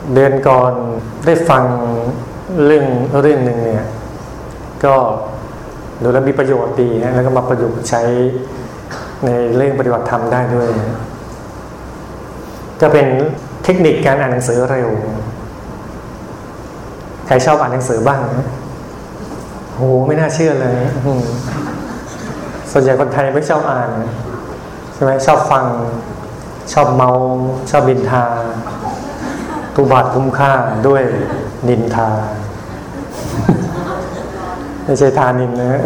เดือนก่อนได้ฟังเรื่องหนึ่งเนี่ยก็ดูแล้วมีประโยชน์ดีนะแล้วก็มาประยุกต์ใช้ในเรื่องปฏิบัติธรรมได้ด้วยก็เป็นเทคนิคการอ่านหนังสือเร็วใครชอบอ่านหนังสือบ้างนะโหไม่น่าเชื่อเลยส่วนใหญ่คนไทยไม่ชอบอ่านใช่ไหมชอบฟังชอบเมาชอบบินทาทุบาทคุ้มค่าด้วยนินทาไม่ใช่ทานินนะ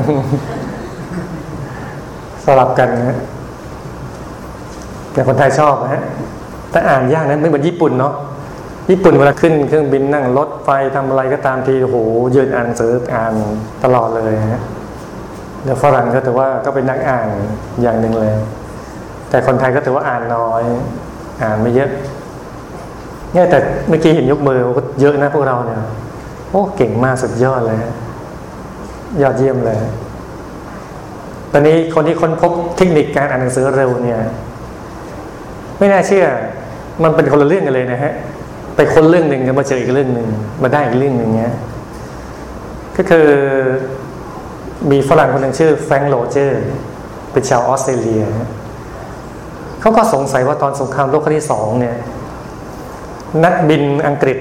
สลับกันนะแต่คนไทยชอบนะฮะแต่อ่านยากนะไม่เหมือนญี่ปุ่นเนาะญี่ปุ่นเวลาขึ้นเครื่องบินนั่งรถไฟทำอะไรก็ตามทีโอ้โหยืนอ่านหนังสืออ่านตลอดเลยฮะเดี๋ยวฝรั่งก็ถือว่าก็เป็นนักอ่านอย่างหนึ่งเลยแต่คนไทยก็ถือว่าอ่านน้อยอ่านไม่เยอะเนี่ยแต่เมื่อกี้เห็นยกมือก็เยอะนะพวกเราเนี่ยโอ้เก่งมากสุดยอดเลยยอดเยี่ยมเลยตอนนี้คนที่ค้นพบเทคนิคการอ่านหนังสือเร็วเนี่ยไม่น่าเชื่อมันเป็นคนละเรื่องกันเลยนะฮะไปค้นเรื่องหนึ่งก็มาเจออีกเรื่องหนึ่งมาได้อีกเรื่องหนึ่งเนี้ยก็คือมีฝรั่งคนหนึ่งชื่อแฟรงค์โรเจอร์เป็นชาวออสเตรเลียเขาก็สงสัยว่าตอนสงครามโลกครั้งที่2เนี่ยนักบินอังกฤษ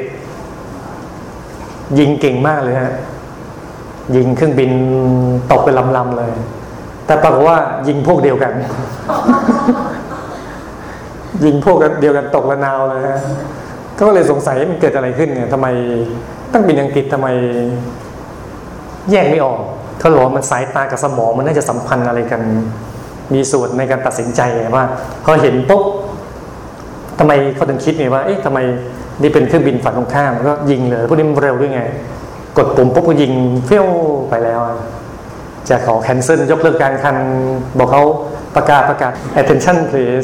ยิงเก่งมากเลยฮะยิงเครื่องบินตกเป็นลำๆเลยแต่ปรากฏว่ายิงพวกเดียวกัน ยิงพวกเดียวกันตกระนาวเลยฮะก็เลยสงสัยมันเกิดอะไรขึ้นเนี่ยทำไมนักบินอังกฤษทำไมแยกไม่ออกเขาบอกว่ามันสายตากับสมองมันน่าจะสัมพันธ์อะไรกันมีส่วนในการตัดสินใจว่าพอเห็นปุ๊บทำไมเขาถึงคิดไงว่าเอ๊ะทำไมนี่เป็นเครื่องบินฝั่งตรงข้ามก็ยิงเลยพวกนี้มันเร็วด้วยไงกดปุ่มปุ๊บก็ยิงเฟี้ยวไปแล้วจะขอแคนเซิลยกเลิกการคันบอกเขาประกาศ attention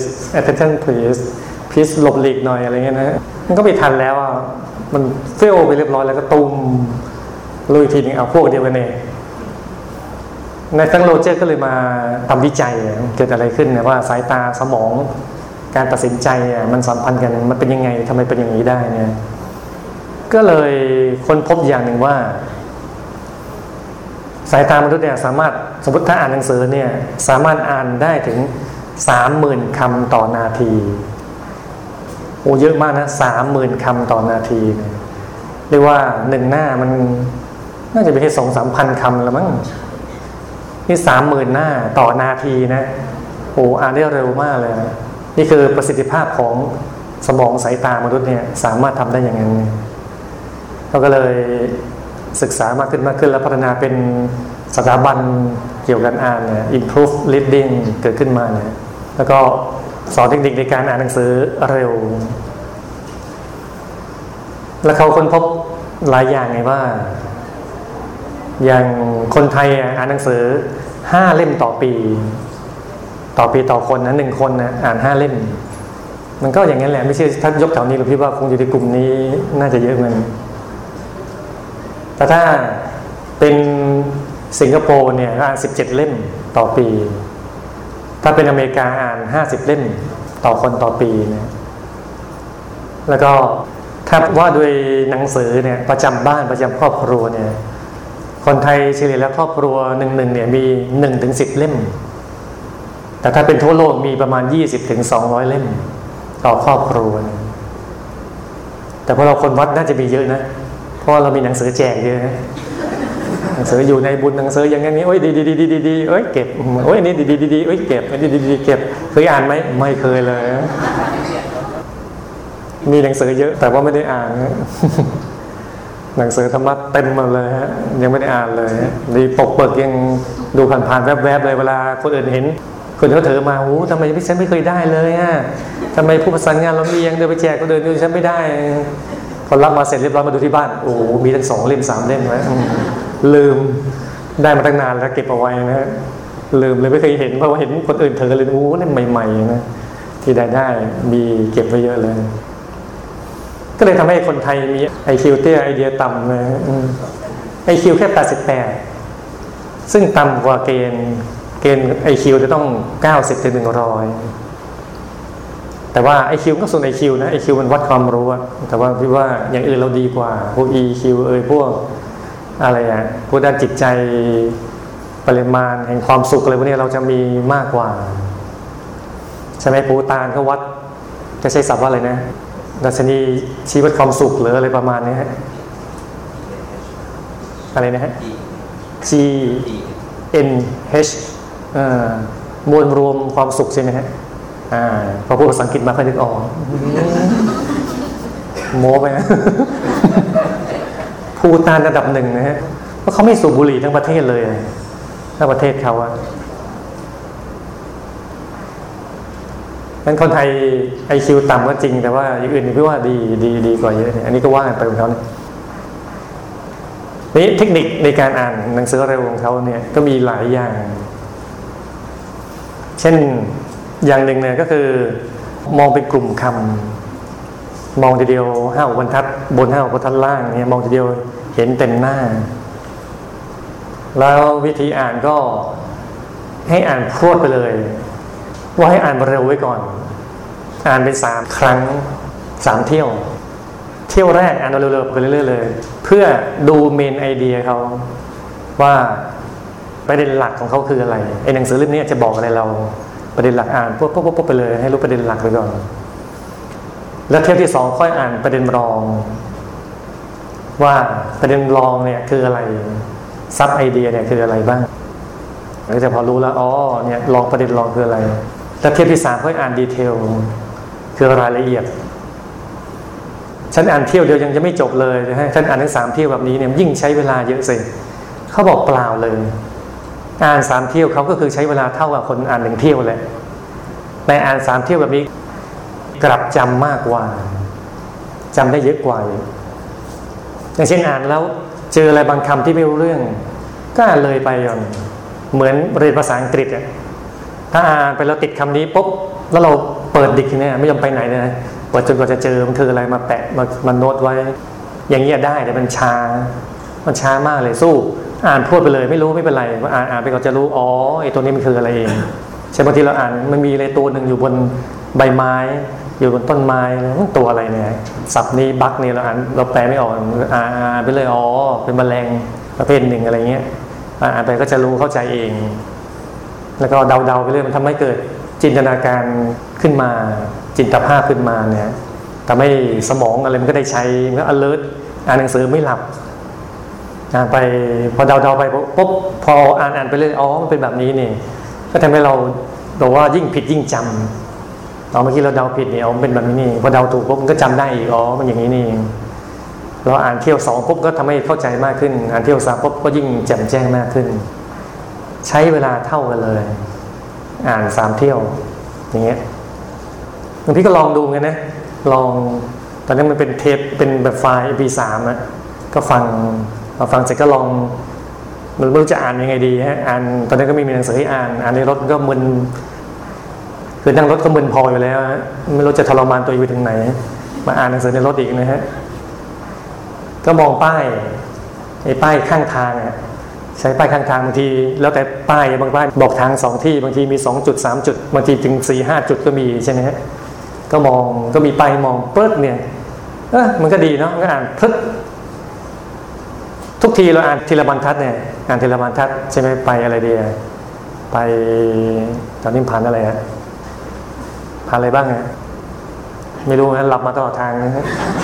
please หลบหลีกหน่อยอะไรเงี้ยนะมันก็ไม่ทันแล้วมันเฟี้ยวไปเรียบร้อยแล้วก็ตุ้มลุยทีนึงเอาพวกเดียวกันเองในแฟรงค์โรเจอร์ก็เลยมาทำวิจัยเกิดอะไรขึ้นเนี่ยว่าสายตาสมองการตัดสินใจมันสัมพันธ์กันมันเป็นยังไงทำไมเป็นอย่างนี้ได้เนี่ยก็เลยค้นพบอย่างหนึ่งว่าสายตามนุษย์เนี่ยสามารถสมมติถ้าอ่านหนังสือเนี่ยสามารถอ่านได้ถึง 30,000 คำต่อนาทีโอ้เยอะมากนะ 30,000 คำต่อนาทีเรียกว่า1หน้ามันน่าจะเป็นแค่ 2-3,000 คำแล้วมั้งนี่ 30,000 หน้าต่อนาทีนะโอ้อ่านได้เร็วมากเลยนะนี่คือประสิทธิภาพของสมองสายตามนุษย์เนี่ยสามารถทำได้อย่างนั้นเราก็เลยศึกษามากขึ้นแล้วพัฒนาเป็นสถาบันเกี่ยวกับอ่านเนี่ย improve reading เกิดขึ้นมาเนี่ยแล้วก็สอนเทคนิคในการอ่านหนังสือเร็วแล้วเขาค้นพบหลายอย่างไงว่าอย่างคนไทยอ่านหนังสือ5 เล่มต่อปีต่อคนนะ1 คนนะอ่าน5 เล่มมันก็อย่างนั้นแหละไม่ใช่ถ้ายกแถวนี้หรือพี่ว่าคงอยู่ในกลุ่มนี้น่าจะเยอะมันแต่ถ้าเป็นสิงคโปร์เนี่ยอ่าน17 เล่มต่อปีถ้าเป็นอเมริกาอ่าน50 เล่มต่อคนต่อปีนะแล้วก็ถ้าว่าด้วยหนังสือเนี่ยประจำบ้านประจำครอบครัวเนี่ยคนไทยเฉลี่ยแล้วครอบครัวหนึ่งเนี่ยมี 1-10 เล่มแต่ถ้าเป็นทั่วโลกมีประมาณ 20-200 เล่มต่อครอบครัวนะแต่พวกเราคนวัดน่าจะมีเยอะนะเพราะเรามีหนังสือแจกเยอะนะหนังสืออยู่ในบุญหนังสืออย่างนี้โอ้ยดีเอ้ยเก็บโอ้ยนี่ดีเอ้ยเก็บดีเก็บเคยอ่านไหมไม่เคยเลยมีหนังสือเยอะแต่ว่าไม่ได้อ่านหนังสือธรรมะเต็มมาเลยฮะยังไม่ได้อ่านเลยดีปกเปิดยังดูผ่านๆแวบๆเลยเวลาคนอื่นเห็นคนเขาเถอมาโอ้ทำไมพี่ฉันไม่เคยได้เลยทำไมผู้ประสานงานเรามียังเดินไปแจกคนอื่นดูฉันไม่ได้พอรับมาเสร็จเรียบร้อยมาดูที่บ้านโอ้มีทั้ง2 เล่ม 3 เล่มไว้ลืมได้มาตั้งนานแล้วเก็บเอาไว้นะลืมเลยไม่เคยเห็นเพราะว่าเห็นคนอื่นเถอเลยโอ้เล่มใหม่ๆนะที่ได้มีเก็บไว้เยอะเลยก็เลยทำให้คนไทยมี IQ เตี้ยไอเดียต่ำเลย IQ แค่88ซึ่งต่ำกว่าเกณฑ์ IQ จะต้อง90-100 แต่ว่า IQ ก็ส่วน IQ นะ IQ มันวัดความรู้อะแต่ว่าพี่ว่าอย่างอื่นเราดีกว่าพวก EQ พวกอะไรอะพวกด้านจิตใจปริมาณแห่งความสุขอะไรพวกนี้เราจะมีมากกว่าใช่ไหมปูตานเขาวัดจะใช้ศัพท์ว่าอะไรนะดัชนีชีวิตความสุขหรืออะไรประมาณนี้ฮะอะไรนะฮะ G N H มวลรวมความสุขใช่ไหมฮะพอพูดภาษาอังกฤษมาค่อยนึกออกโม้ไปนะภูฏานระดับหนึ่งนะฮะเพราะเขาไม่สูบบุหรี่ทั้งประเทศเลยทั้งประเทศเขาอะงั้นคนไทย IQ ต่ำก็จริงแต่ว่าอย่างอื่นพี่ว่าดีกว่าเยอะเนี่ยอันนี้ก็ว่าไปของเขาเนี่ยนี่เทคนิคในการอ่านหนังสือเร็วของเขาเนี่ยก็มีหลายอย่างเช่นอย่างหนึ่งเนี่ยก็คือมองเป็นกลุ่มคำมองทีเดียว5 บรรทัดบน5 บรรทัดล่างเนี่ยมองทีเดียวเห็นเต็มหน้าแล้ววิธีอ่านก็ให้อ่านพรวดไปเลยว่าให้อ่านเร็วไว้ก่อนอ่านเป็น3 ครั้ง3 เที่ยวแรกอ่านเร็วๆไปเรื่อยๆเลยเพื่อดูเมนไอเดียเขาว่าประเด็นหลักของเขาคืออะไรไอ้หนังสือเล่มนี้จะบอกอะไรเราประเด็นหลักอ่านปุ๊บไปเลยให้รู้ประเด็นหลักไปก่อนแล้วเที่ยวที่2ค่อยอ่านประเด็นรองว่าประเด็นรองเนี่ยคืออะไรซับไอเดียเนี่ยคืออะไรบ้างก็จะพอรู้แล้วเนี่ยรองประเด็นรองคืออะไรแล้วเที่ยวที่3ค่อยอ่านดีเทลคือรายละเอียดฉันอ่านเที่ยวเดียวยังจะไม่จบเลยนะฮะฉันอ่านทั้ง3 เที่ยวแบบนี้เนี่ยยิ่งใช้เวลาเยอะสิเขาบอกเปล่าเลยอ่าน3 เที่ยวเขาก็คือใช้เวลาเท่ากับคนอ่าน1 เที่ยวเลยในอ่าน3 เที่ยวแบบนี้กลับจำมากกว่าจำได้เยอะกว่าอย่างเช่นอ่านแล้วเจออะไรบางคำที่ไม่รู้เรื่องก็อ่านเลยไปอย่างเหมือนเรียนภาษาอังกฤษถ้าอ่านไปแล้วติดคำนี้ปุ๊บแล้วเราเปิดดิกเนี่ยไม่ยอมไปไหนเลยนะเปิดจนกว่าจะเจอมันคืออะไรมาแปะมาโน้ตไว้อย่างนี้ได้แต่มันช้ามากเลยสู้อ่านพูดไปเลยไม่รู้ไม่เป็นไรอ่านไปก็จะรู้ไอ้ตัวนี้มันคืออะไรเองใช่บางทีเราอ่านมันมีอะไรตัวหนึ่งอยู่บนใบไม้อยู่บนต้นไม้มันตัวอะไรเนี่ยศัพท์นี้บั๊กนี่เราแปลไม่ออกอ่านไปเลยเป็นแมลงประเภทหนึ่งอะไรเงี้ยอ่านไปก็จะรู้เข้าใจเองแล้วก็เดาไปเรื่อยมันทำให้เกิดจินตนาการขึ้นมาจินตภาพขึ้นมาเนี่ยทำให้สมองอะไรมันก็ได้ใช้มันก็ alert อ่านหนังสือไม่หลับอ่านไปพอเดาไปปุ๊บพออ่านไปเรื่อยมันเป็นแบบนี้นี่ก็ทำให้เราบอกว่ายิ่งผิดยิ่งจำเมื่อกี้เราเดาผิดนี่มันเป็นแบบนี้นี่พอเดาถูกปุ๊บมันก็จำได้อีกมันอย่างนี้นี่เราอ่านเที่ยว2ปุ๊บก็ทำให้เข้าใจมากขึ้นอ่านเที่ยว3ปุ๊บก็ยิ่งแจ่มแจ้งมากขึ้นใช้เวลาเท่ากันเลยอ่าน3 เที่ยวอย่างเงี้ยบางทีก็ลองดูกันนะลองตอนนั้นมันเป็นเทปเป็นแบบไฟล์ MP3 ก็ฟังเสร็จก็ลองมันไม่รู้จะอ่านยังไงดีฮะอ่านตอนนั้นก็ไม่มีหนังสือให้อ่านในรถก็มึนคือนั่งรถก็มึนพออยู่แล้วฮะไม่รู้จะทรมานตัวอยู่ถึงไหนมาอ่านหนังสือในรถอีกนะฮะก็มองป้ายไอ้ป้ายข้างทางใช้ป้ายข้างทางบางทีแล้วแต่ป้ายบางป้ายบอกทาง2 ที่บางทีมี2 จุด 3 จุดบางทีถึง 4-5 จุดก็มีใช่ไหมฮะก็มองก็มีป้ายมองเปิดเนี่ยมันก็ดีเนาะก็อ่านพึดทุกทีเราอ่านทีละบรรทัดเนี่ยอ่านทีละบรรทัดใช่ไหมไปอะไรดีไปตอนนี้ผ่านอะไรผ่านอะไรบ้างไม่รู้นะหลับมาตลอดทางนะ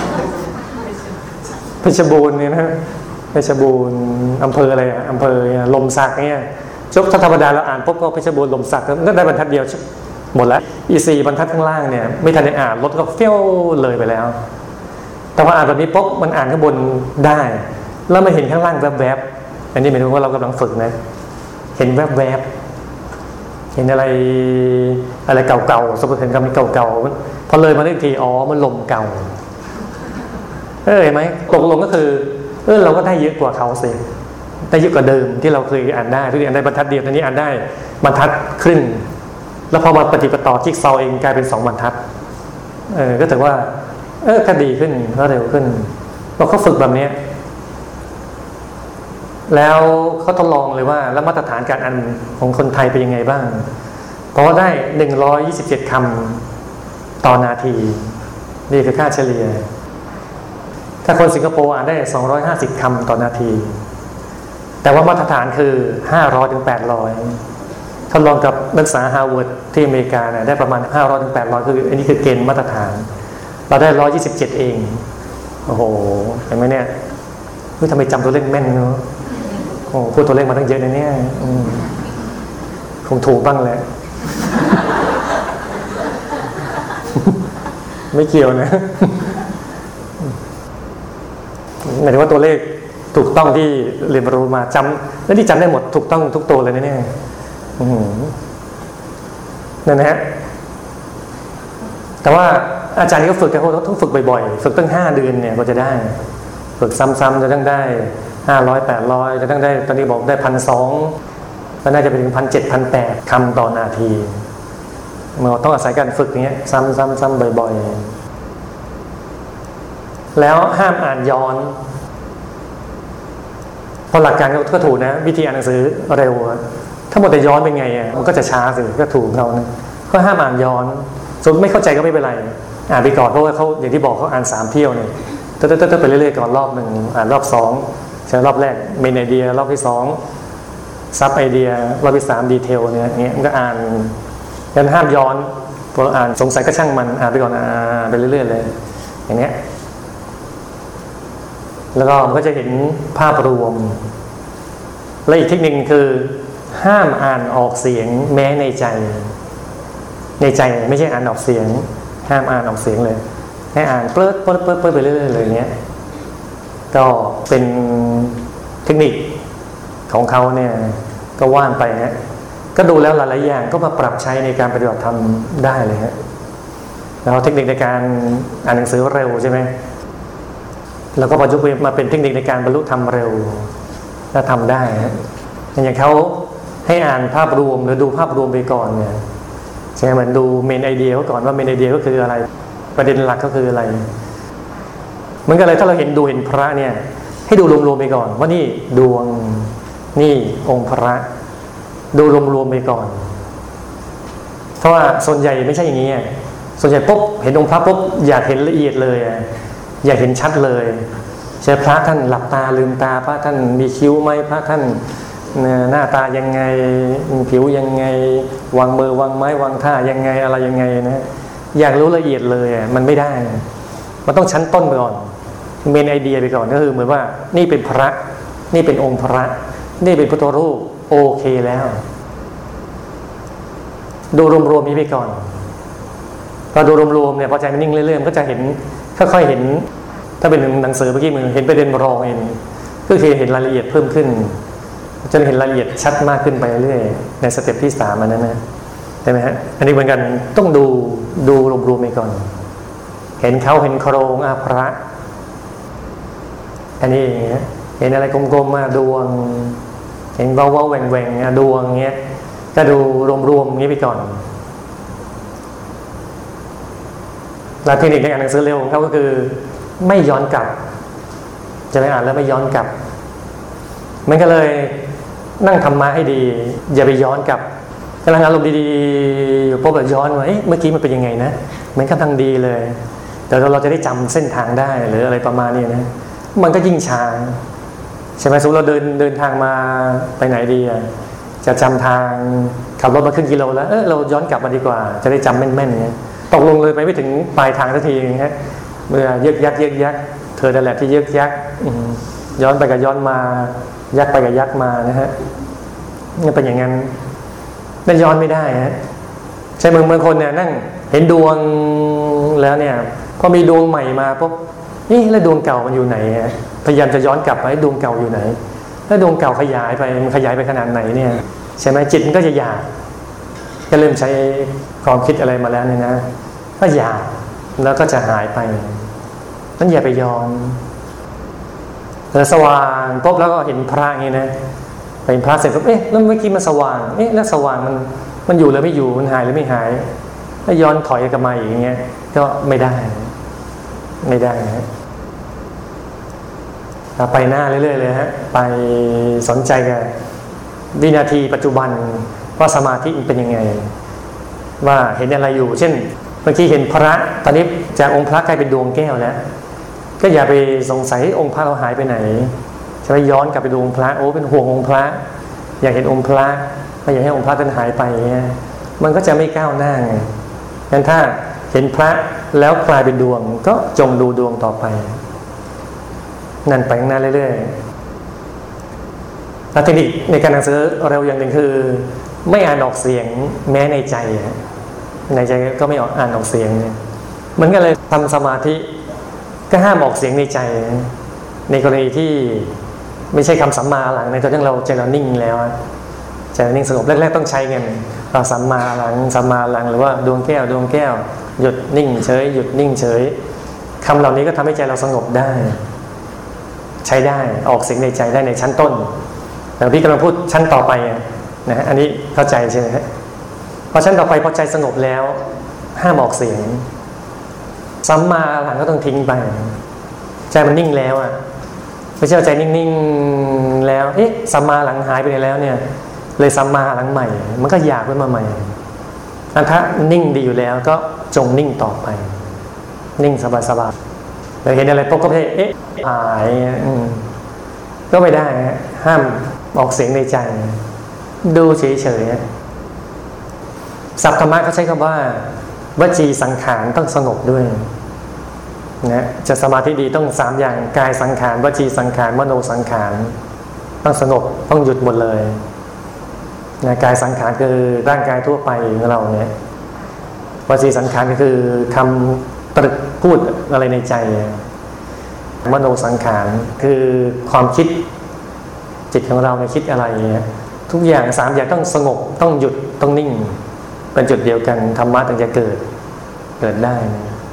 เพชรบูรณ์เนี่ยนะเพชรบูรณ์อำเภออะไรอำเภอลมสักเนี่ยจบธรรมดาเราอ่านปุ๊บก็เพชรบูรณ์ลมสักก็ได้บรรทัดเดียวหมดแล้วอี4 บรรทัดข้างล่างเนี่ยไม่ทันได้อ่านรถก็เฟี้ยวเลยไปแล้วแต่ว่าอ่านแบบนี้ปุ๊บมันอ่านข้างบนได้แล้วมาเห็นข้างล่างแวบๆอันนี้หมายถึงว่าเรากำลังฝึกนะเห็นแวบๆเห็นอะไรเก่าๆสมมติเห็นคำนี้เก่าๆพอเลยมาอีกทีมันลมเก่าเห็นไหมตกลงก็คือเราก็ได้เยอะกว่าเขาสิได้เยอะกว่าเดิมที่เราเคยอ่านได้ทุกทีอ่านได้บรรทัดเดียวตอนนี้อ่านได้บรรทัดครึ่งแล้วพอมาปฏิปต่อจิ๊กซอว์เองกลายเป็น2 บรรทัดก็ถือว่าก็ดีขึ้นก็เร็วขึ้นเราก็ฝึกแบบนี้แล้วเขาทดลองเลยว่าแล้วมาตรฐานการอ่านของคนไทยเป็นยังไงบ้างเพราะว่าได้127 คต่อนาทีนี่คือค่าเฉลี่ยถ้าคนสิงคโปร์อ่านได้250คำต่อนาทีแต่ว่ามาตรฐานคือ500ถึง800ทดลองกับนักศึกษาฮาร์วาร์ดที่อเมริกาเนี่ยได้ประมาณ500ถึง800คืออันนี้คือเกณฑ์มาตรฐานเราได้127เองโอ้โหเห็นไหมเนี่ยทำไมจำตัวเลขแม่นเนาะโอ้พูดตัวเลขมาตั้งเยอะนะเนี่ยคงถูกบ้างแหละ ไม่เกี่ยวนะ หมายถึงว่าตัวเลขถูกต้องที่เรียนรู้มาจำแล้วที่จำได้หมดถูกต้องทุกตัวเลยนะเนี่ยนั่นนะฮะแต่ว่าอาจารย์ก็ฝึกกันเขาต้องฝึกบ่อยๆฝึกตั้ง5 เดือนเนี่ยก็จะได้ฝึกซ้ำๆจะต้องได้500 800จะต้องได้ตอนนี้บอกได้ 1,200 ก็น่าจะไปถึง 1,700 1,800 คำต่อนาทีเราต้องอาศัยการฝึกอย่างเงี้ยซ้ำๆบ่อยๆแล้วห้ามอ่านย้อนเพราะหลักการก็ถูกนะวิธีอ่านหนังสือเร็วถ้าหมดแต่ย้อนเป็นไงอ่ะมันก็จะช้าสิก็ถูกเรานะก็ห้ามอ่านย้อนส่วนไม่เข้าใจก็ไม่เป็นไรอ่านไปก่อนเพราะว่าเขาอย่างที่บอกเขาอ่าน3 เที่ยวเนี่ยตึ๊ดไปเรื่อยๆก่อนรอบ1อ่านรอบ2ใช้รอบแรกเมนไอเดียรอบที่2ซับไอเดียรอบที่3ดีเทลเนี่ยอย่างเงี้ยมันก็อ่านยันห้ามย้อนพออ่านสงสัยก็ช่างมันอ่านไปก่อนไปเรื่อยๆเลยอย่างเนี้ยแล้วก็มันก็จะเห็นภาพรวมและอีกเทคนิคคือห้ามอ่านออกเสียงแม้ในใจไม่ใช่อ่านออกเสียงห้ามอ่านออกเสียงเลยให้อ่านเปิดไปเรื่อยๆเลยเนี้ยก็เป็นเทคนิคของเขาเนี่ยก็ว่านไปฮะก็ดูแล้วหลายๆอย่างก็มาปรับใช้ในการปฏิบัติธรรมได้เลยฮะแล้วเทคนิคในการอ่านหนังสือเร็วใช่ไหมแล้วก็ประยุกต์มาเป็นเทคนิคในการบรรลุธรรมเร็วถ้าทำได้ฮะอย่างเขาให้อ่านภาพรวมหรือดูภาพรวมไปก่อนเนี่ยใช่ไหมเหมือนดูเมนไอเดียก่อนว่าเมนไอเดียก็คืออะไรประเด็นหลักก็คืออะไรเหมือนกันเลยถ้าเราเห็นพระเนี่ยให้ดูรวมๆไปก่อนว่านี่ดวงนี่องค์พระดูรวมๆไปก่อนเพราะว่าส่วนใหญ่ไม่ใช่อย่างนี้ส่วนใหญ่ปุ๊บเห็นองค์พระปุ๊บอยากเห็นละเอียดเลยอยากเห็นชัดเลยใช่พระท่านหลับตาลืมตาพระท่านมีคิ้วไหมพระท่านหน้าตายังไงผิวยังไงวางมือวางไม้วางท่ายังไงอะไรยังไงนะอยากรู้ละเอียดเลยมันไม่ได้มันต้องชั้นต้นไปก่อนเมนไอเดียไปก่อนก็คือเหมือนว่านี่เป็นพระนี่เป็นองค์พระนี่เป็นพุทธรูปโอเคแล้วดูรวมๆนี้ไปก่อนพอดูรวมๆเนี่ยพอใจมันนิ่งเรื่อยๆมันก็จะเห็นค่อยๆเห็นถ้าเป็นหนังสือเมื่อกี้มึงเห็นประเด็นรองเองก็คือเห็นรายละเอียดเพิ่มขึ้นจะเห็นรายละเอียดชัดมากขึ้นไปเรื่อยๆในสเต็ปที่3อันนั้นนะใช่ไหมฮะอันนี้เหมือนกันต้องดูรวมๆไปก่อนเห็นเขาเห็นโครงพระอันนี้เห็นอะไรกลมๆดวงเห็นเว้าๆแหว่งๆดวงเงี้ยก็ดูรวมๆอย่างนี้ไปก่อนแล้วเทคนิคในการอ่านหนังสือเร็วของเขาก็คือไม่ย้อนกลับจะไม่อ่านแล้วไม่ย้อนกลับมันก็เลยนั่งธรรมะให้ดีอย่าไปย้อนกลับกำลังอารมณ์ดีๆอยู่ปุ๊บแบบย้อนว่าเมื่อกี้มันเป็นยังไงนะเหมือนกำลังดีเลยแต่เราจะได้จำเส้นทางได้หรืออะไรประมาณนี้นะมันก็ยิ่งช้าใช่ไหมสมมติเราเดินทางมาไปไหนดีจะจำทางขับรถมาครึ่งกิโลแล้วเราย้อนกลับมาดีกว่าจะได้จำแม่นๆเนี่ยตกลงเลยไปไม่ถึงปลายทางสักทีฮะเมื่อยึกยักเธอนั่นแหละที่ยึกยักย้อนไปกับย้อนมายักไปกับยักมานะฮะนี่เป็นอย่างนั้นได้ย้อนไม่ได้ฮะใช่บางคนเนี่ยนั่งเห็นดวงแล้วเนี่ยพอมีดวงใหม่มาปุ๊บแล้วดวงเก่ามันอยู่ไหนพยายามจะย้อนกลับไปดวงเก่าอยู่ไหนแล้วดวงเก่าขยายไปมันขยายไปขนาดไหนเนี่ยใช่ไหมจิตมันก็จะอยากก็เริ่มใช้ความคิดอะไรมาแล้วเนี่ยนะก็อยากแล้วก็จะหายไปนั่นอย่าไปย้อนสว่างปุ๊บแล้วก็เห็นพระอย่างนี้นะเป็นพระเสร็จปุ๊บแล้วเมื่อกี้มันสว่างแล้วสว่างมันอยู่หรือไม่อยู่มันหายหรือไม่หายถ้าย้อนถอยกลับมาอย่างเงี้ยก็ไม่ได้ไปหน้าเรื่อยๆเลยฮะไปสนใจกับวินาทีปัจจุบันว่าสมาธิมันเป็นยังไงว่าเห็นอะไรอยู่เช่นบางทีเห็นพระตอนนี้จากองค์พระกลายเป็นดวงแก้วแล้วก็อย่าไปสงสัยองค์พระเราหายไปไหนจะไปย้อนกลับไปดูองค์พระโอ้เป็นห่วงองค์พระอยากเห็นองค์พระไม่อยากให้องค์พระท่านหายไปมันก็จะไม่ก้าวหน้าไงงั้นถ้าเห็นพระแล้วกลายเป็นดวงก็จงดูดวงต่อไปนั่นไปข้างหน้าเรื่อยๆเทคนิคในการอ่านหนังสือเร็วอย่างหนึ่งคือไม่อ่านออกเสียงแม้ในใจก็ไม่อ่านออกเสียงมันก็เลยทำสมาธิก็ห้ามออกเสียงในใจในกรณีที่ไม่ใช่คำสัมมาหลังในตอนที่เราใจเรานิ่งแล้วใจเรานิ่งสงบแรกๆต้องใช้เงินเราสัมมาหลังหรือว่าดวงแก้วหยุดนิ่งเฉยหยุดนิ่งเฉยคำเหล่านี้ก็ทำให้ใจเราสงบได้ใช้ได้ออกเสียงในใจได้ในชั้นต้นแต่พี่กำลังพูดชั้นต่อไปนะอันนี้เข้าใจใช่ไหมพอชั้นต่อไปพอใจสงบแล้วห้ามออกเสียงสัมมาหลังก็ต้องทิ้งไปใจมันนิ่งแล้วไม่ใช่ใจนิ่งๆแล้วสัมมาหลังหายไปแล้วเนี่ยเลยสัมมาหลังใหม่มันก็อยากขึ้นมาใหม่ถ้านิ่งดีอยู่แล้วก็จงนิ่งต่อไปนิ่งสบายๆเราเห็นอะไรพวกก็ไม่ใช่หายก็ไม่ได้ห้ามออกเสียงในใจดูเฉยๆศัพท์ธรรมะเขาใช้คำว่าวจีสังขารต้องสงบด้วยนะจะสมาธิดีต้อง3อย่างกายสังขารวจีสังขารมโนสังขารต้องสงบต้องหยุดหมดเลยนะกายสังขารคือร่างกายทั่วไปของเราเนี่ยวจีสังขารก็คือคำตรึกพูดอะไรในใจมโนสังขารคือความคิดจิตของเราคิดอะไรทุกอย่าง3อย่างต้องสงบต้องหยุดต้องนิ่งเป็นจุดเดียวกันธรรมะถึงจะเกิดได้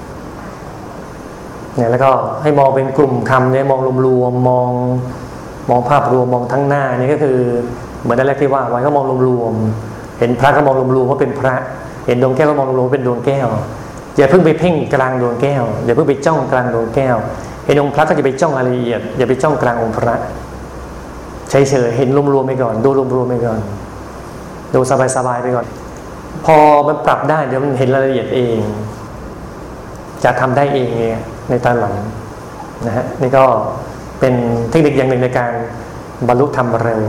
เนี่ยแล้วก็ให้มองเป็นกลุ่มคำเนี่ยมองรวมๆมองภาพรวมมองทั้งหน้านี่ก็คือเหมือนแรกที่ว่าไว้ก็มองรวมๆเห็นพระก็มองรวมๆว่าเป็นพระเห็นดวงแก้วก็มองรวมๆเป็นดวงแก้วอย่าเพิ่งไปเพ่งกลางดวงแก้วอย่าเพิ่งไปจ้องกลางดวงแก้วเห็นองค์พระก็จะไปจ้องรายละเอียดอย่าไปจ้องกลางองค์พระเฉยๆเห็นรวมๆไปก่อนดูรวมๆไปก่อนดูสบายๆไปก่อนพอมันปรับได้เดี๋ยวมันเห็นรายละเอียดเองจะทำได้เองในตอนหลังนะฮะนี่ก็เป็นเทคนิคอย่างหนึ่งในการบรรลุธรรมเร็ว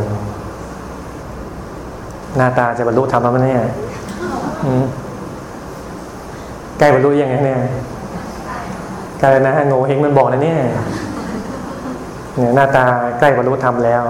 หน้าตาจะบรรลุธรรมแล้วมั้ยเนี่ยใกล้บรรลุยังไงเนี่ยใกล้นะโง่เฮงมันบอกนะเนี่ยหน้าตาใกล้บรรลุธรรมแล้ว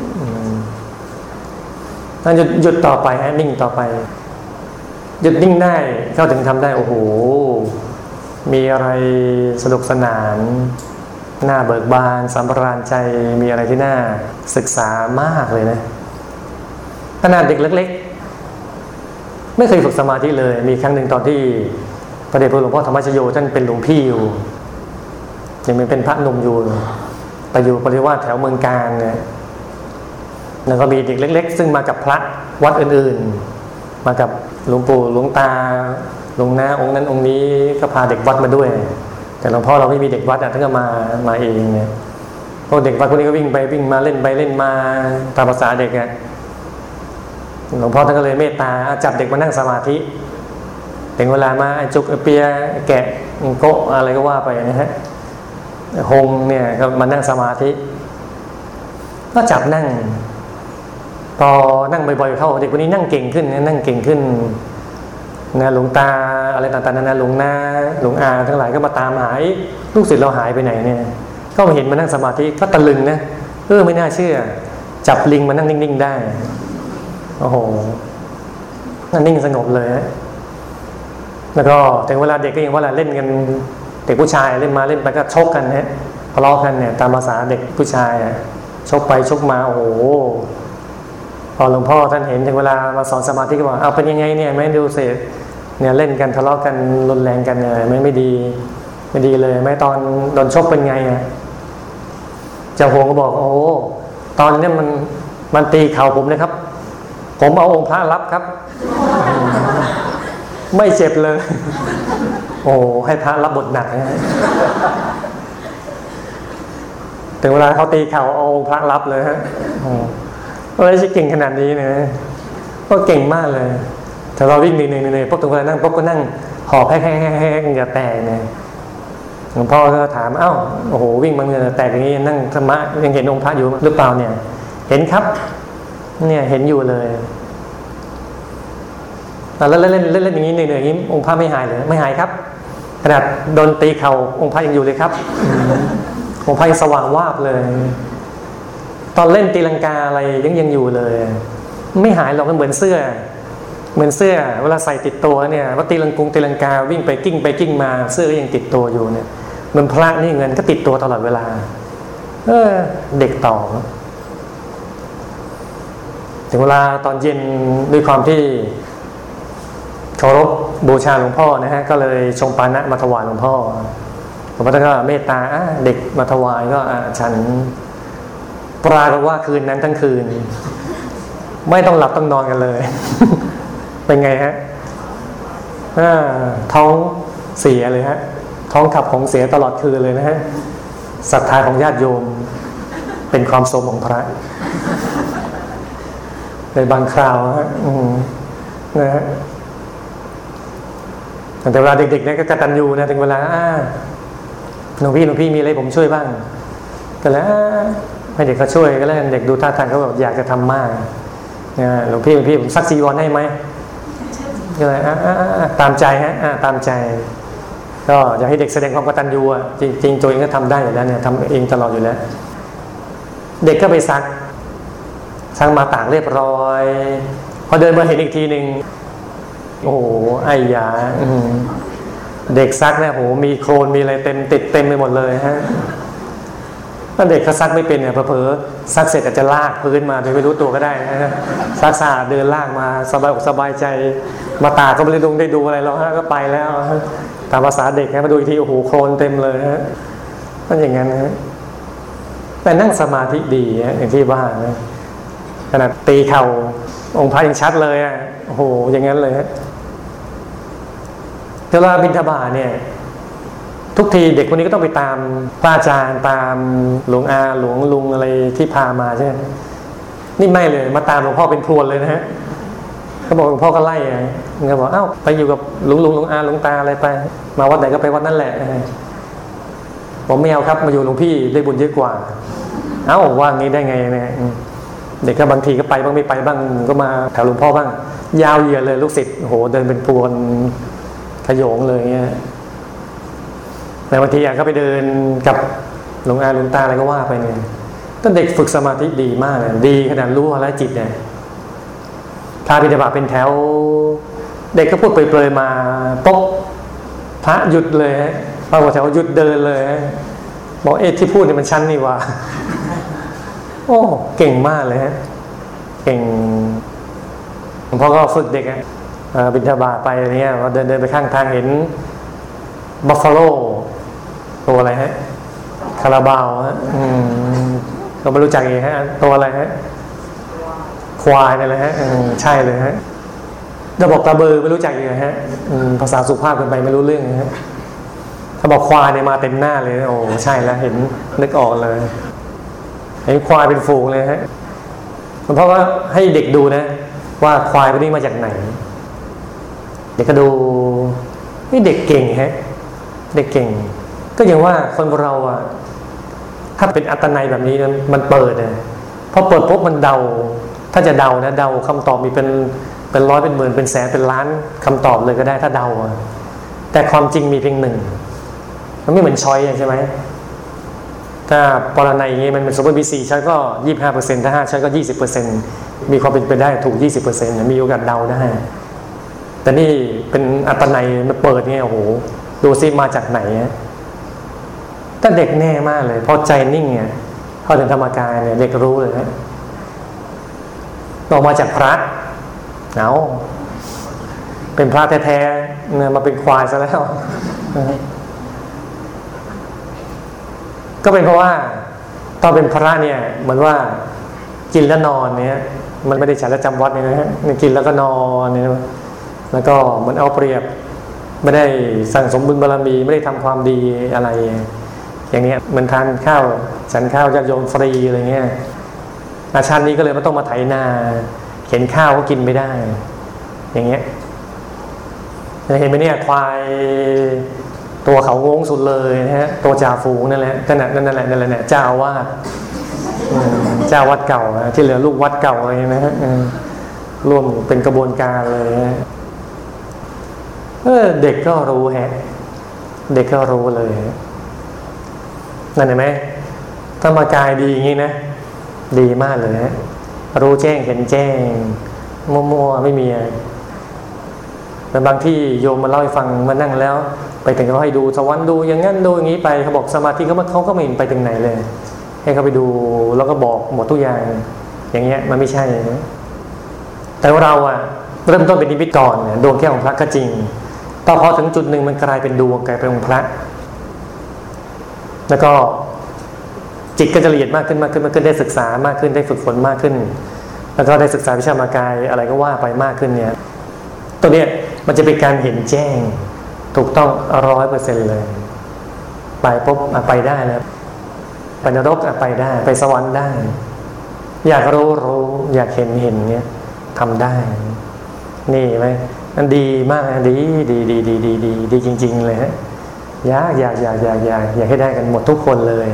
ถ้าหยุดต่อไปนิ่งต่อไปหยุดนิ่งได้เข้าถึงทำได้โอ้โหมีอะไรสนุกสนานน่าเบิกบานสำราญใจมีอะไรที่น่าศึกษามากเลยนะขนาดเด็กเล็กๆไม่เคยฝึกสมาธิเลยมีครั้งหนึ่งตอนที่พระเดชพระหลวงพ่อธรรมชโยท่านเป็นหลวงพี่อยู่ยังเป็นพระหนุ่มอยู่ไปอยู่ปริวาสแถวเมืองกาญเนี่ยแล้วก็มีเด็กเล็กๆซึ่งมากับพระวัดอื่นๆมากับหลวงปู่หลวงตาหลวงนาองค์นั้นองค์นี้ก็พาเด็กวัดมาด้วยแต่หลวงพ่อเราไม่มีเด็กวัดท่านก็มาเองเนี่ยพวกเด็กวัดพวกนี้ก็วิ่งไปวิ่งมาเล่นไปเล่นมาตามภาษาเด็กหลวงพ่อท่านก็เลยเมตตาจับเด็กมานั่งสมาธิถึงเวลามาจุกเปียแกะโกะอะไรก็ว่าไปนะฮะหงเนี่ยก็มานั่งสมาธิก็จับนั่งพอนั่งบ่อยๆเข้าเด็กคนนี้นั่งเก่งขึ้นนั่งเก่งขึ้นนะหลวงตาอะไรต่างๆนะหลวงนาหลวงอาทั้งหลายก็มาตามหาลูกศิษย์เราหายไปไหนเนี่ยก็มาเห็นมานั่งสมาธิก็ตะลึงนะไม่น่าเชื่อจับลิงมานั่งนิ่งๆได้โอ้โหนั่งนิ่งสงบเลยแล้วก็ถึงเวลาเด็กก็ยังว่าเล่นกันเด็กผู้ชายเล่นมาเล่นไปก็ชกกันนะทะเลาะกันเนี่ยตามภาษาเด็กผู้ชายชกไปชกมาโอ้โหพอหลวงพ่อท่านเห็นถึงเวลามาสอนสมาธิก็บอกเอาเป็นยังไงเนี่ยไม่ดูเสร็จเนี่ยเล่นกันทะเลาะกันรุนแรงกันเลยไม่ดีเลยไม่ตอนโดนชกเป็นไงเจ้าหงก็บอกโอ้ตอนนี้มันตีเข่าผมนะครับผมเอาองค์พระรับครับไม่เจ็บเลยโอ้ให้พระรับบทหนักนะถึงเวลาเขาตีเข่าเอาองค์พระรับเลยฮะไม่ใช่เก่งขนาดนี้นะก็เก่งมากเลยแต่เราวิ่งเหนื่อยพวกถึงเวลานั่งพวกก็นั่งหอบแห้งๆเหงื่อแตกเนี่ยหลวงพ่อก็ถามโอ้โหวิ่งมาเหงื่อแตกอย่างนี้นั่งธรรมะยังเห็นองค์พระอยู่หรือเปล่าเนี่ยเห็นครับเนี่ยเห็นอยู่เลยแล้วเล่นอย่างนี้เหนื่อยอย่างนี้องค์พระไม่หายเลยไม่หายครับขนาดโดนตีเข่าองค์พระยังอยู่เลยครับองค์พระยังสว่างวาบเลยตอนเล่นตีลังกาอะไรยังอยู่เลยไม่หายหรอกมันเหมือนเสื้อเวลาใส่ติดตัวเนี่ยว่าตีลังกาวิ่งไปกิ้งมาเสื้อก็ยังติดตัวอยู่เนี่ยมันพระนี่เงินก็ติดตัวตลอดเวลาเด็กต่อถึงเวลาตอนเย็นด้วยความที่เคารพบูชาหลวงพ่อนะฮะก็เลยชงปานะมาถวายหลวงพ่อหลวงพ่อก็เมตตาเด็กมาถวายก็ฉันปรากฏว่าคืนนั้นทั้งคืนไม่ต้องหลับต้องนอนกันเลย เป็นไงฮะท้องเสียเลยฮะท้องขับของเสียตลอดคืนเลยนะฮะศรัทธาของญาติโยมเป็นความโสมของพระในบางคราวฮะนะฮะแต่เวลาเด็กๆเนี่ยก็กตัญญูนะถึงเวลาหลวงพี่มีอะไรผมช่วยบ้างก็แล้วให้เด็กเขาช่วยก็แล้วเด็กดูท่าทางเขาแบบอยากจะทำมากหลวงพี่ผมซักจีวรให้ไหมก็เลยตามใจฮะตามใจก็อยากให้เด็กแสดงความกตัญญูจริงตัวเองก็ทำได้อยู่แล้วเนี่ยทำเองตลอดอยู่แล้วเด็กก็ไปซักมาตากเรียบร้อยพอเดินมาเห็นอีกทีหนึ่งโอ้โหไอ้ยาเด็กซักเนี่ยโหมีโคลนมีอะไรติดเต็มไปหมดเลยฮะถ้าเด็กเขาซักไม่เป็นเนี่ยเผลอซักเสร็จอาจจะลากพื้นมาโดยไม่รู้ตัวก็ได้นะซักสะอาดเดินลากมาสบายใจมาตากก็ไม่ได้ดูอะไรแล้วฮะก็ไปแล้วตามภาษาเด็กนะมาดูอีกทีโอ้โหโคลนเต็มเลยฮะมันอย่างนั้นนะแต่นั่งสมาธิดีอย่างที่ว่านะขนาดตีเข่าองค์พระยังชัดเลยโอ้โหอย่างนั้นเลยฮะเวลาบิณฑบาตเนี่ยทุกทีเด็กคนนี้ก็ต้องไปตามพระอาจารย์ตามหลวงอาหลวงลุงอะไรที่พามาใช่ไหมนี่ไม่เลยมาตามหลวงพ่อเป็นพรวนเลยนะฮะเขาบอกหลวงพ่อก็ไล่เขาบอกไปอยู่กับหลวงอาหลวงตาอะไรไปมาวัดไหนก็ไปวัดนั่นแหละผมไม่เอาครับมาอยู่หลวงพี่ได้บุญเยอะกว่าว่างี้ได้ไงเนี่ยเด็กก็บางทีก็ไปบ้างไม่ไปบ้างก็มาแถวหลวงพ่อบ้างยาวเหยียดเลยลูกศิษย์โอ้โหเดินเป็นพรวนขโยงเลยเงี้ยแต่บางทีก็ไปเดินกับหลวงอาหลวงตาอะไรก็ว่าไปเนี่ยถ้าเด็กฝึกสมาธิดีมากเลยดีขนาดรู้อะไรจิตเนี่ยพาบิณฑบาตเป็นแถวเด็กก็พูดเปรยๆมาปุ๊บพระหยุดเลยพระหัวแถวหยุดเดินเลยบอกที่พูดเนี่ยมันชั้นนี่ว่าโอ้เก่งมากเลยฮะเก่งหลวงพ่อก็ฝึกเด็กบิณฑบาตไปอะไรเงี้ยเดินไปข้างทางเห็นบัฟฟาโลตัวอะไรฮะคาราบาวฮะเราไม่รู้จักเองฮะตัวอะไรฮะควายนี่แหละฮะใช่เลยฮะถ้าบอกตาเบอร์ไม่รู้จักเองฮะภาษาสุภาพเกินไปไม่รู้เรื่องฮะถ้าบอกควายเนี่ยมาเต็มหน้าเลยโอ้ใช่แล้วเห็นนึกออกเลยเห็นควายเป็นฝูงเลยฮะเพราะว่าให้เด็กดูนะว่าควายพวกนี้มาจากไหนเด็กก็ดูนี่เด็กเก่งฮะเด็กเก่งก็อย่างว่าคนเราถ้าเป็นอัตนัยแบบนี้มันเปิดพอเปิดปุ๊บมันเดาถ้าจะเดานะเดาคำตอบมีเป็นร้อยเป็นหมื่นเป็นแสนเป็นล้านคำตอบเลยก็ได้ถ้าเดาแต่ความจริงมีเพียงหนึ่งมันไม่เหมือนช้อยใช่ไหมถ้าปรนัยอย่างนี้มันสมมติมี4ชั้นก็ 25% ถ้า5ชั้นก็ 20% มีความเป็นไปได้ถูก 20% มีโอกาสเดาได้แต่นี่เป็นอัตนัยมันเปิดไงโอ้โหดูซิมาจากไหนถ้าเด็กแน่มากเลยพอใจนิ่งเนี่ยเข้าถึงธรรมกายเนี่ยเด็กรู้เลยนะออกมาจากพระเป็นพระแท้ๆเนี่ยมาเป็นควายซะแล้วก็เป็นเพราะว่าตอนเป็นพระเนี่ยเหมือนว่ากินแล้วนอนเนี่ยมันไม่ได้ฉันแล้วจำวัดเนี่ยนะฮะกินแล้วก็นอนเนี่ยแล้วก็เหมือนเอาเปรียบไม่ได้สั่งสมบุญบารมีไม่ได้ทำความดีอะไรอย่างเนี้ยเหมือนทานข้าวฉันข้าวญาติโยมฟรีอะไรเงี้ยอาชาตินี้ก็เลยไม่ต้องมาไถนาเห็นข้าวก็กินไม่ได้อย่างเงี้ยเห็นไหมเนี่ยควายตัวเขาโง้งสุดเลยนะฮะตัวจ่าฝูงนั่นแหละนั่นแหละเนี่ยเจ้าอาวาสเจ้าวัดเก่าที่เหลือลูกวัดเก่าอะไรนะฮะร่วมเป็นกระบวนการเลยเด็กก็รู้ฮะเด็กก็รู้เลยนั่นเห็นไหมธรรมกายดีอย่างนี้นะดีมากเลยฮะรู้แจ้งเห็นแจ้งมัวๆไม่มีแต่บางที่โยมมาเล่าให้ฟังมานั่งแล้วไปถึงเขาให้ดูสวรรค์ดูอย่างนั้นดูอย่างนี้ไปเขาบอกสมาธิเขาก็ไม่เห็นไปถึงไหนเลยให้เขาไปดูแล้วก็บอกหมดทุกอย่างอย่างเงี้ยมันไม่ใช่แต่ว่าเราเริ่มต้นเป็นนิมิตก่อนดวงแก้วของพระก็จริงต่อพอถึงจุดหนึ่งมันกลายเป็นดวงกลายเป็นองค์พระแล้วก็จิตก็จะละเอียดมากขึ้นได้ศึกษามากขึ้นได้ฝึกฝนมากขึ้นแล้วก็ได้ศึกษาวิชามากายอะไรก็ว่าไปมากขึ้นเนี่ยตัวเนี้ยมันจะเป็นการเห็นแจ้งถูกต้อง 100% เลยไปปุ๊บไปได้แล้วไปนรกไปได้ไปสวรรค์ได้อยากรู้อยากเห็นเนี่ยทำได้นี่ไหมมันดีมากดีจริงๆเลยฮะอยากให้ได้กันหมดทุกคนเลย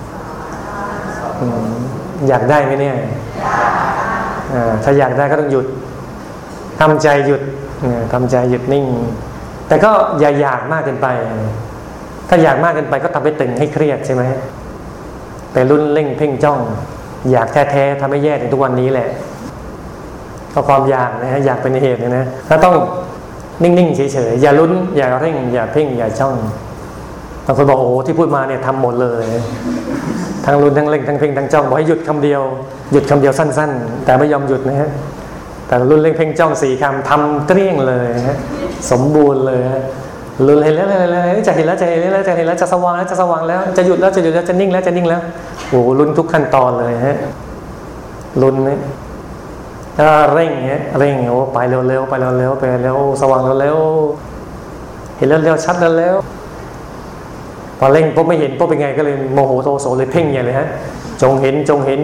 อยากได้ไหมเนี่ยถ้าอยากได้ก็ต้องหยุดทำใจหยุดนิ่งแต่ก็อย่าอยากมากเกินไปถ้าอยากมากเกินไปก็ทำให้ตึงให้เครียดใช่ไหมไปรุ่นเร่งเพ่งจ้องอยากแท้ๆทำให้แย่ถึงทุกวันนี้แหละก็ความอยากนะฮะอยากเป็นเหตุนะแล้วต้องนิ่งๆเฉยๆอย่าลุ้นอย่าเร่งอย่าเพ่งอย่าจ้องบางคนบอกโอ้ที่พูดมาเนี่ยทำหมดเลยทั้งลุ้นทั้งเร่งทั้งเพ่งทั้งจ้องบอกให้หยุดคำเดียวสั้นๆแต่ไม่ยอมหยุดนะฮะแต่ลุ้นเร่งเพ่งจ้อง4 คำทำเกลี้ยงเลยฮะสมบูรณ์เลยลุ้นเห็นแล้วจะเห็นแล้วจะสว่างแล้วจะหยุดแล้วจะนิ่งแล้วโอ้ลุ้นทุกขั้นตอนเลยฮะลุ้นเนี่ยถ้าเร่งโอ้ไปเร็วไปเร็วสว่างเร็วเห็นแล้วชัดแล้วพอเร่งปุ๊บไม่เห็นปุ๊บเป็นไงก็เลยโมโหโทโสเลยเพ่งใหญ่เลยฮะจงเห็น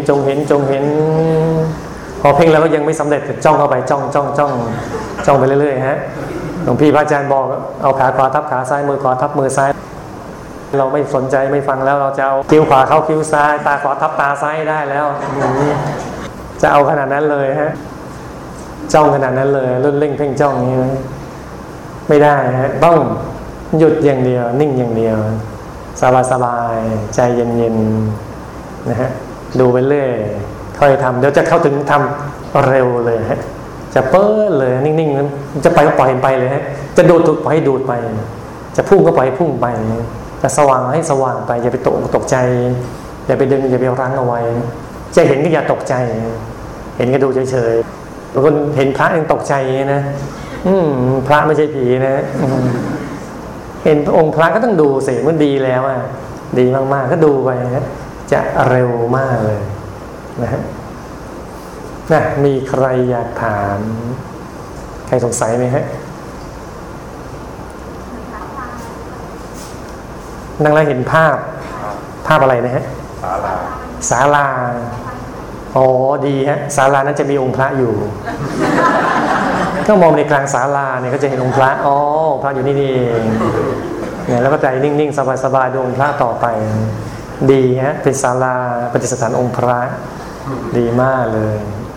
พอเพ่งแล้วก็ยังไม่สำเร็จจ้องเข้าไปจ้องไปเรื่อยๆฮะหลวงพี่พระอาจารย์บอกเอาขาขวาทับขาซ้ายมือขวาทับมือซ้ายเราไม่สนใจไม่ฟังแล้วเราจะเอาคิ้วขวาเข้าคิ้วซ้ายตาขวาทับตาซ้ายได้แล้วจะเอาขนาดนั้นเลยฮะจ้องขนาดนั้นเลยเร่งเพ่งจ้องนี้ไม่ได้ฮะต้องหยุดอย่างเดียวนิ่งอย่างเดียวสบายใจเย็นๆนะฮะดูไปเรื่อยค่อยทำเดี๋ยวจะเข้าถึงทำเร็วเลยฮะจะเปิดเลยนิ่งๆนั้นจะไปก็ปล่อยไปเลยฮะจะดูดปล่อยให้ดูดไปจะพุ่งก็ปล่อยให้พุ่งไปจะสว่างให้สว่างไปอย่าไปตกใจอย่าไปดึงอย่าไปรั้งเอาไว้จะเห็นก็อย่าตกใจเห็นก็ดูเฉยๆบางคนเห็นพระยังตกใจนะพระไม่ใช่ผีนะเห็นองค์พระก็ต้องดูสิมันดีแล้วดีมากๆก็ดูไปนะจะเร็วมากเลยนะมีใครอยากถามใครสงสัยไหมฮะนั่งแล้วเห็นภาพอะไรนะฮะศาลาอ๋อดีฮะศาลานั้นจะมีองค์พระอยู่ก็มองในกลางศาลาเนี่ยก็จะเห็นองค์พระอ๋อพระอยู่นี่เองเนี่ยแล้วก็ใจนิ่งๆสบายๆดูองค์พระต่อไปดีฮะเป็นศาลาประดิษฐานองค์พระดีมากเลย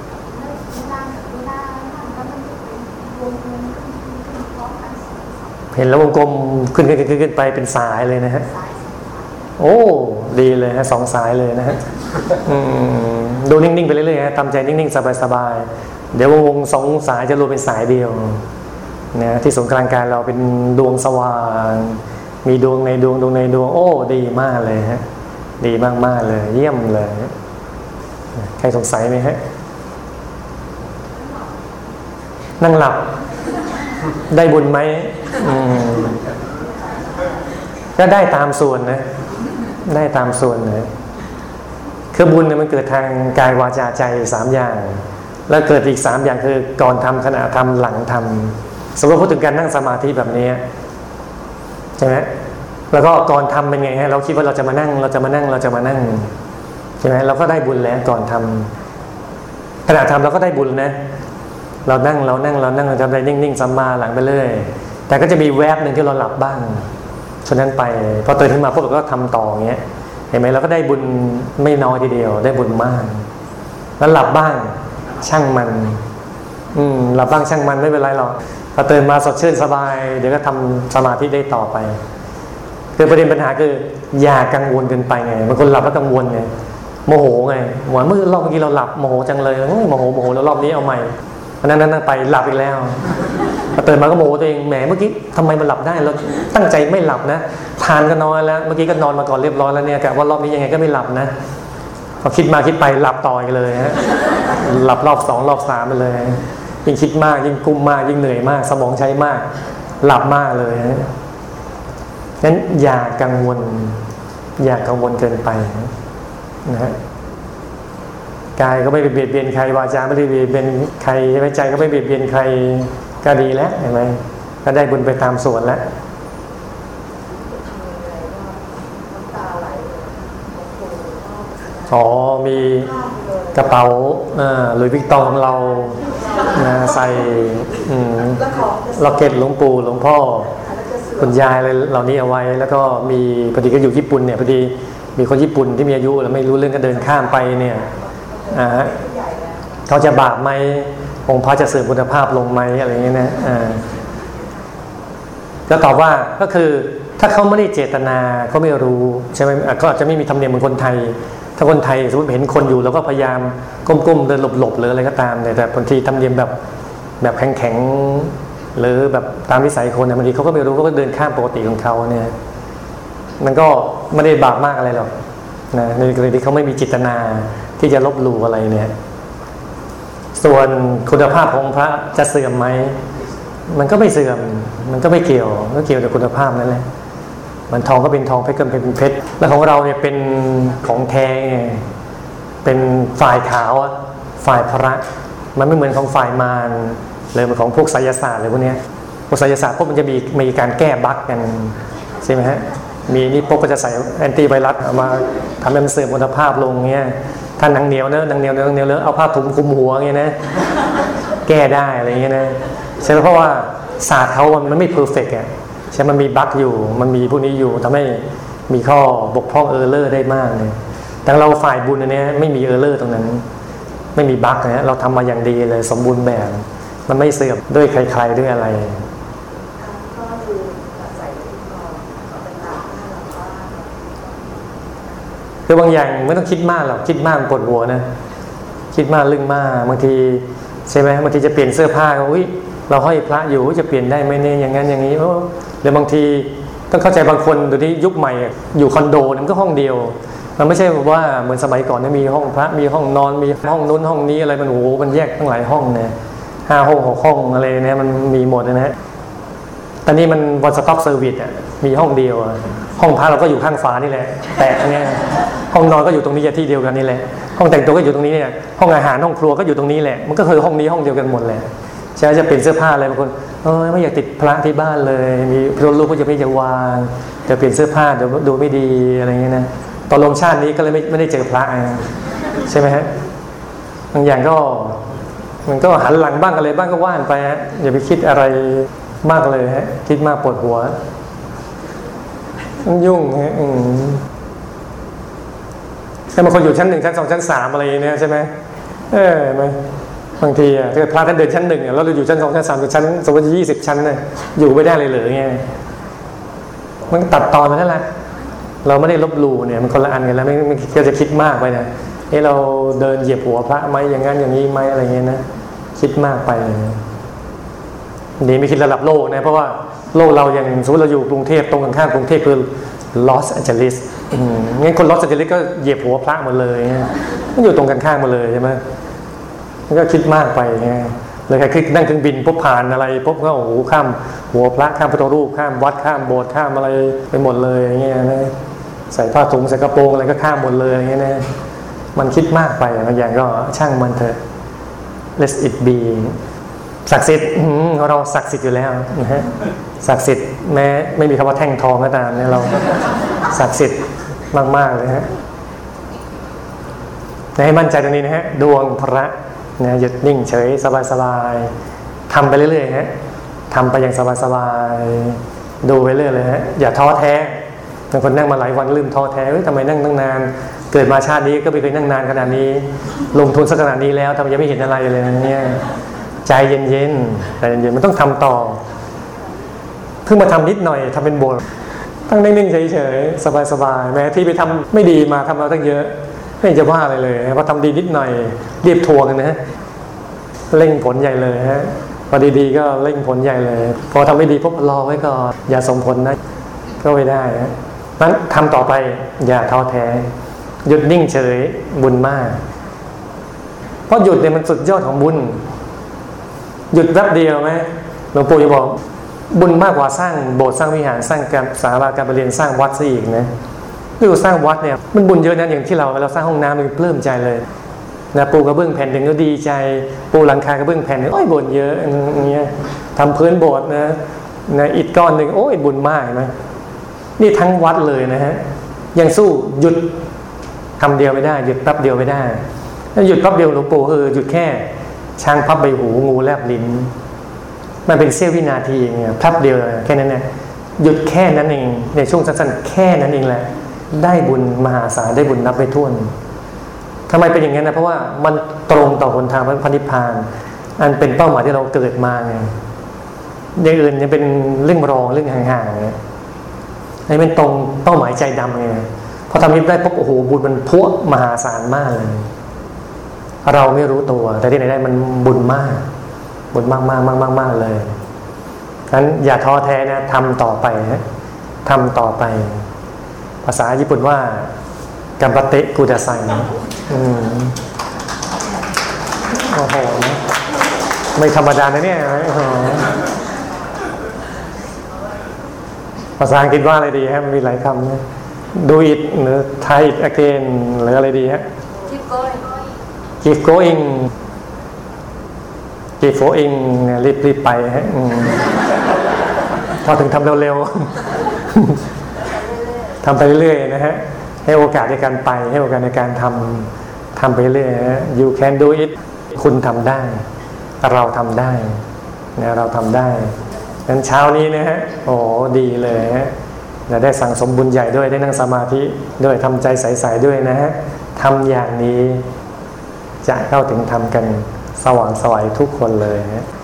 เห็นแล้ววงกลมขึ้นไปเป็นสายเลยนะฮะโอ้ดีเลยฮะ2 สายเลยนะฮะดูนิ่งๆไปเรื่อยๆฮะทำใจนิ่งๆสบายๆเดี๋ยววง2 สายจะรวมเป็นสายเดียวนะที่ศูนย์กลางกายเราเป็นดวงสว่างมีดวงในดวงโอ้ดีมากเลยฮะดีมากๆเลยเยี่ยมเลยใครสงสัยไหมฮะนั่งหลับได้บุญไหมก็ได้ตามส่วนนะได้ตามส่วนนะคือบุญเนี่ยมันเกิดทางกายวาจาใจ3 อย่างแล้วเกิดอีก3 อย่างคือก่อนทำขณะทำหลังทำสมมติพูดถึงการนั่งสมาธิแบบนี้ใช่ไหมแล้วก็ก่อนทำเป็นไงฮะเราคิดว่าเราจะมานั่งใช่ไหมเราก็ได้บุญแล้วก่อนทำขณะทำเราก็ได้บุญนะเรานั่งเราทำอะไรนิ่งๆสัมมาหลังไปเรื่อยแต่ก็จะมีแวบหนึ่งที่เราหลับบ้างฉะนั้นไปพอตื่นขึ้นมาพวกเราก็ทำต่ออย่างเงี้ยเห็นไหมเราก็ได้บุญไม่น้อยทีเดียวได้บุญมากแล้วหลับบ้างช่างมันหลับบ้างช่างมันไม่เป็นไรหรอกพอตื่นมาสดชื่นสบายเดี๋ยวก็ทำสมาธิได้ต่อไปคือประเด็นปัญหาคืออย่ากังวลเกินไปไงบางคนหลับแล้วกังวลไงโมโหไงเหมือนเมื่อรอบเมื่อกี้เราหลับโมโหจังเลยโมโหแล้วรอบนี้เอาใหม่นั้นไปหลับอีกแล้วพอตื่นมาก็โมโหตัวเองแหมเมื่อกี้ทำไมมันหลับได้เราตั้งใจไม่หลับนะทานก็น้อยแล้วเมื่อกี้ก็นอนมาก่อนเรียบร้อยแล้วเนี่ยกะว่ารอบนี้ยังไงก็ไม่หลับนะพอคิดมาคิดไปหลับต่ออีกเลยฮะหลับรอบ2รอบ3ไปเลยยิ่งคิดมากยิ่งกุ้มมากยิ่งเหนื่อยมากสมองใช้มากหลับมากเลยงั้นอย่ากังวลเกินไปนะฮะกายก็ไม่เบียดเบียนใครวาจาไม่ได้เบียดเบียนใครใจก็ไม่เบียดเบียนใครก็ดีแล้วเห็นไหมก็ได้บุญไปตามส่วนแล้วอ๋อมีกระเป๋าหลุยส์วิกตองของเราใส่ล็อกเก็ตหลวงปู่หลวงพ่อคุณยายอะไรเหล่านี้เอาไว้แล้วก็มีพอดีก็อยู่ญี่ปุ่นเนี่ยพอดีมีคนญี่ปุ่นที่มีอายุแล้วไม่รู้เรื่องก็เดินข้ามไปเนี่ยเขาจะบาปไหมองค์พระจะเสื่อมคุณภาพลงไหมอะไรอย่างเงี้ยนะก็ตอบว่าก็คือถ้าเขาไม่ได้เจตนาเขาไม่รู้ใช่ไหมก็อาจจะไม่มีธรรมเนียมเหมือนคนไทยถ้าคนไทยสมมติเห็นคนอยู่แล้วก็พยายามก้มๆเดินหลบๆหรืออะไรก็ตามแต่บางทีธรรมเนียมแบบแข็งๆหรือแบบตามวิสัยคนบางทีเขาก็ไม่รู้เขาก็เดินข้ามปกติของเขาเนี่ยมันก็ไม่ได้บาปมากอะไรหรอกนะในกรณีที่เขาไม่มีจิตนาที่จะลบหลู่อะไรเนี่ยส่วนคุณภาพของพระจะเสื่อมไหมมันก็ไม่เสื่อมมันก็ไม่เกี่ยวก็เกี่ยวกับคุณภาพนั่นแหละมันทองก็เป็นทองเพชรก็เป็นเพชรแล้วของเราเนี่ยเป็นของแท้เป็นฝ่ายขาวฝ่ายพระมันไม่เหมือนของฝ่ายมารเลยมันของพวกไสยศาสตร์อะไรพวกนี้พวกไสยศาสตร์พวกมันจะมีการแก้บั๊กกันใช่ไหมฮะมีนี่พวกก็จะใส่แอนตี้ไวรัสมาทำให้มันเสื่อมคุณภาพลงเงี้ยท่านหนังเหนียวเนอะหนังเหนียวเลยเอาผ้าถุงคลุมหัวเงี้ยนะแก้ได้อะไรเงี้ยนะใช่ไหมเพราะว่าศาสตร์เขามันไม่เพอร์เฟกต์อ่ะใช่มันมีบั๊กอยู่มันมีพวกนี้อยู่ทำให้มีข้อบกพร่องเออร์เลอร์ได้มากเลยแต่เราฝ่ายบุญอันนี้ไม่มีเออร์เลอร์ตรงนั้นไม่มีบั๊กนะเราทำมาอย่างดีเลยสมบูรณ์แบบมันไม่เสื่อมด้วยใครๆด้วยอะไรคือบางอย่างไม่ต้องคิดมากหรอกคิดมากปวดหัวนะคิดมากลึ่งมากบางทีใช่ไหมบางทีจะเปลี่ยนเสื้อผ้าก็เราห้อยพระอยู่จะเปลี่ยนได้ไหมเนี่ยอย่างนั้นอย่างนี้หรือบางทีต้องเข้าใจบางคนเดี๋ยวนี้ยุคใหม่อยู่คอนโดมันก็ห้องเดียวมันไม่ใช่ว่าเหมือนสมัยก่อนมีห้องพระมีห้องนอนมีห้องนู้นห้องนี้อะไรมันมันแยกตั้งหลายห้องเนี่ย5 ห้อง6 ห้องอะไรเนี่ยมันมีหมดนะฮะตอนนี้มันวันสต็อกเซอร์วิสมีห้องเดียวห้องพระเราก็อยู่ข้างฝานี่แหละแต่เนี่ยห้องนอนก็อยู่ตรงนี้ที่เดียวกันนี่แหละห้องแต่งตัวก็อยู่ตรงนี้เนี่ยห้องอาหารห้องครัวก็อยู่ตรงนี้แหละมันก็คือห้องนี้ห้องเดียวกันหมดแหละใช่จะเปลี่ยนเสื้อผ้าอะไรบางคนไม่อยากติดพระที่บ้านเลยมีพระรูปก็จะไม่จะวางจะเปลี่ยนเสื้อผ้าเดี๋ยวดูไม่ดีอะไรเงี้ยนะตอนลงชาตินี้ก็เลยไม่ได้เจอพระใช่ไหมฮะบางอย่างก็มันก็หันหลังบ้างอะไรบ้างก็ว่านไปฮะอย่าไปคิดอะไรมากเลยฮะคิดมากปวดหัวยุ่งฮะแต่บางคนอยู่ชั้น 1 ชั้น 2 ชั้น 3อะไรเนี่ยใช่ไหมไหมบางทีถ้าพระท่านเดินชั้น 1แล้วเราอยู่ชั้น 2 ชั้น 3ชั้นสมมติ20 ชั้นเนี่ยอยู่ไม่ได้เลยเหรอไงมันตัดตอนไปนั่นแหละเราไม่ได้ลบหลู่เนี่ยมันคนละอันกันแล้วไม่จะคิดมากไปนะเราเดินเหยียบหัวพระไหมอย่างนั้นอย่างนี้ไหมอะไรเงี้ยนะคิดมากไปนี่ไม่คิดระดับโลกนะเพราะว่าโลกเราอย่างสมมติเราอยู่กรุงเทพตรงกันข้ามกรุงเทพคือลอสแอนเจลิสงั้นคนลอสแอนเจลิสก็เหยียบหัวพระหมดเลยมันอยู่ตรงกันข้ามหมดเลยใช่ไหมมันก็คิดมากไปไงเลยใครนั่งเครื่องบินปุ๊บผ่านอะไรปุ๊บก็ข้ามหัวพระข้ามพระพุทธรูปข้ามวัดข้ามโบสถ์ข้ามอะไรไปหมดเลยอย่างเงี้ยนะใส่ผ้าถุงใส่กระโปรงอะไรก็ข้ามหมดเลยอย่างเงี้ยนะมันคิดมากไปบางอย่างก็ช่างมันเถอะ let it be ศักดิ์สิทธิ์เราศักดิ์สิทธิ์อยู่แล้วนะฮะศักดิ์สิทธิ์แม้ไม่มีคำว่าแท่งทองก็ตามเนี่ยเราศักดิ์สิทธิ์มากๆเลยฮะให้มั่นใจตรงนี้นะฮะดวงพระนะหยุดนิ่งเฉยสบายๆทำไปเรื่อยๆฮะทำไปอย่างสบายๆดูไปเรื่อยเลยฮะอย่าท้อแท้บางคนนั่งมาหลายวันลืมท้อแท้ทำไมนั่งตั้งนานเกิดมาชาตินี้ก็ไม่เคยนั่งนานขนาดนี้ลงทุนสักขนาดนี้แล้วทำไมยังไม่เห็นอะไรเลยเนี่ยใจเย็นๆใจเย็นๆมันต้องทำต่อเพิ่งมาทำนิดหน่อยทำเป็นโบสตั้งนิ่งๆเฉยๆสบายๆแม้ที่ไปทำไม่ดีมาทำมาตั้งเยอะไม่จะว่าอะไรเลยพอทำดีนิดหน่อยเรียบทวงกันนะเร่งผลใหญ่เลยฮะพอดีๆก็เร่งผลใหญ่เลยพอทำไม่ดีปุ๊บรอไว้ก่อนอย่าส่งผลนะก็ไม่ได้นะนั้นทำต่อไปอย่าท้อแท้หยุดนิ่งเฉยบุญมากเพราะหยุดเนี่ยมันสุดยอดของบุญหยุดแป๊บเดียวไหมหลวงปู่จะบอกบุญมากกว่าสร้างโบสถ์สร้างวิหารสร้างศาลาการประเรียนสร้างวัดซะอีกนะดูสร้างวัดเนี่ยมันบุญเยอะนะอย่างที่เราสร้างห้องน้ำมันปลื้มใจเลยนะปูกระเบื้องแผ่นหนึ่งก็ดีใจปูหลังคากระเบื้องแผ่นหนึ่งโอ้ยบุญเยอะอย่างเงี้ยทำพื้นโบสถ์นะอิฐก้อนหนึ่งโอ้ยบุญมากไหมนี่ทั้งวัดเลยนะฮะยังสู้หยุดคำเดียวไม่ได้หยุดแป๊บเดียวไม่ได้ถ้าหยุดแป๊บเดียวหลวงปู่คือหยุดแค่ช้างพับใบหูงูแลบลิ้นมันเป็นเสี้ยววินาทีเงี้ยแป๊บเดียวแค่นั้นเนี่ยหยุดแค่นั้นเองในช่วงสั้นๆแค่นั้นเองแหละได้บุญมหาศาลได้บุญนับไม่ถ้วนทำไมเป็นอย่างนั้นนะเพราะว่ามันตรงต่อหนทางพระนิพพานอันเป็นเป้าหมายที่เราเกิดมาไงอย่างอื่นยังเป็นเรื่องรองเรื่องห่างๆไงนี่เป็นตรงเป้าหมายใจดำไงพอทำนี้ได้ปุ๊บโอ้โหบุญมันพวกมหาศาลมากเลยเราไม่รู้ตัวแต่ที่ไหนได้มันบุญมากบุญมากเลยงั้นอย่าท้อแท้นะทำต่อไปนะทำต่อไปภาษาญี่ปุ่นว่ากัมปะเตะกูจะใส่โอ้โหไม่ธรรมดานะเนี่ยภาษาอังกฤษว่าอะไรดีฮะมันมีหลายคำนะ do it หรือ try it again หรืออะไรดีฮะ keep going keep going รีบไปฮะพอถึงทำเร็วๆทำไปเรื่อยๆนะฮะให้โอกาสในการไปให้โอกาสในการทำไปเรื่อยๆ you can do it คุณทำได้เราทำได้นะเราทำได้งั้นเช้านี้นะฮะโอ้ดีเลยฮะได้สั่งสมบุญใหญ่ด้วยได้นั่งสมาธิด้วยทำใจใสๆด้วยนะฮะทำอย่างนี้จะเข้าถึงธรรมกันสว่างไสวทุกคนเลยฮะ